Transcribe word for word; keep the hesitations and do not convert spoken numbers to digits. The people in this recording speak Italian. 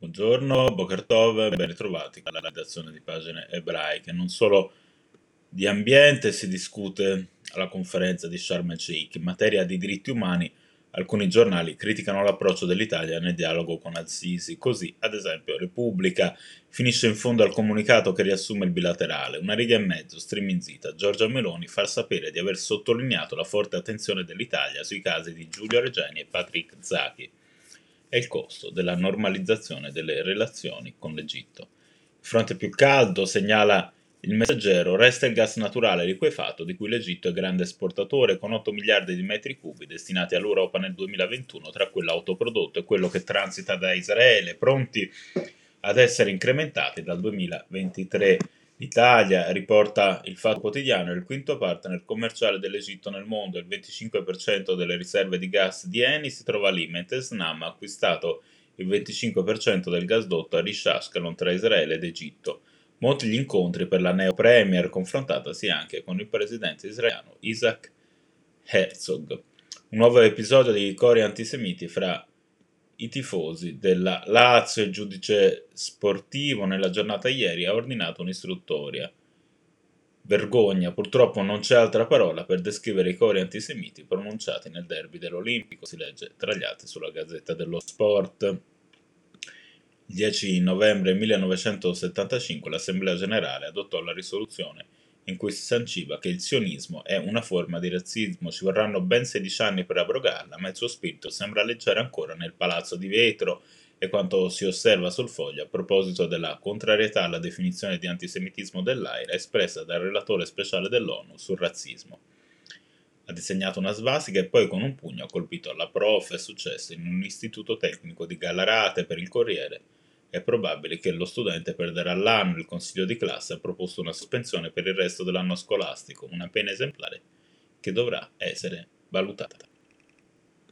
Buongiorno, Boker Tov, ben ritrovati alla redazione di Pagine Ebraiche. Non solo di ambiente si discute alla conferenza di Sharm el-Sheikh. In materia di diritti umani, alcuni giornali criticano l'approccio dell'Italia nel dialogo con al-Sisi. Così, ad esempio, Repubblica finisce in fondo al comunicato che riassume il bilaterale. Una riga e mezzo, striminzita. Giorgia Meloni fa sapere di aver sottolineato la forte attenzione dell'Italia sui casi di Giulio Regeni e Patrick Zaki e il costo della normalizzazione delle relazioni con l'Egitto. Il fronte più caldo, segnala il Messaggero, resta il gas naturale liquefatto di cui l'Egitto è grande esportatore, con otto miliardi di metri cubi destinati all'Europa nel duemilaventuno, tra quello autoprodotto e quello che transita da Israele, pronti ad essere incrementati dal duemilaventitré. L'Italia, riporta il Fatto Quotidiano, è il quinto partner commerciale dell'Egitto nel mondo. Il venticinque per cento delle riserve di gas di Eni si trova lì, mentre Snam ha acquistato il venticinque per cento del gasdotto a Rish Ashkelon tra Israele ed Egitto. Molti gli incontri per la neo premier, confrontatasi anche con il presidente israeliano Isaac Herzog. Un nuovo episodio di cori antisemiti fra i tifosi della Lazio. Il giudice sportivo nella giornata ieri ha ordinato un'istruttoria. Vergogna, purtroppo non c'è altra parola per descrivere i cori antisemiti pronunciati nel derby dell'Olimpico, si legge tra gli atti sulla Gazzetta dello Sport. Il dieci novembre millenovecentosettantacinque l'Assemblea Generale adottò la risoluzione in cui si sanciva che il sionismo è una forma di razzismo. Ci vorranno ben sedici anni per abrogarla, ma il suo spirito sembra alleggiare ancora nel palazzo di vetro, e quanto si osserva sul foglio a proposito della contrarietà alla definizione di antisemitismo dell'A I R A espressa dal relatore speciale dell'ONU sul razzismo. Ha disegnato una svastica e poi con un pugno ha colpito alla prof. È successo in un istituto tecnico di Gallarate. Per il Corriere è probabile che lo studente perderà l'anno. Il consiglio di classe ha proposto una sospensione per il resto dell'anno scolastico, una pena esemplare che dovrà essere valutata.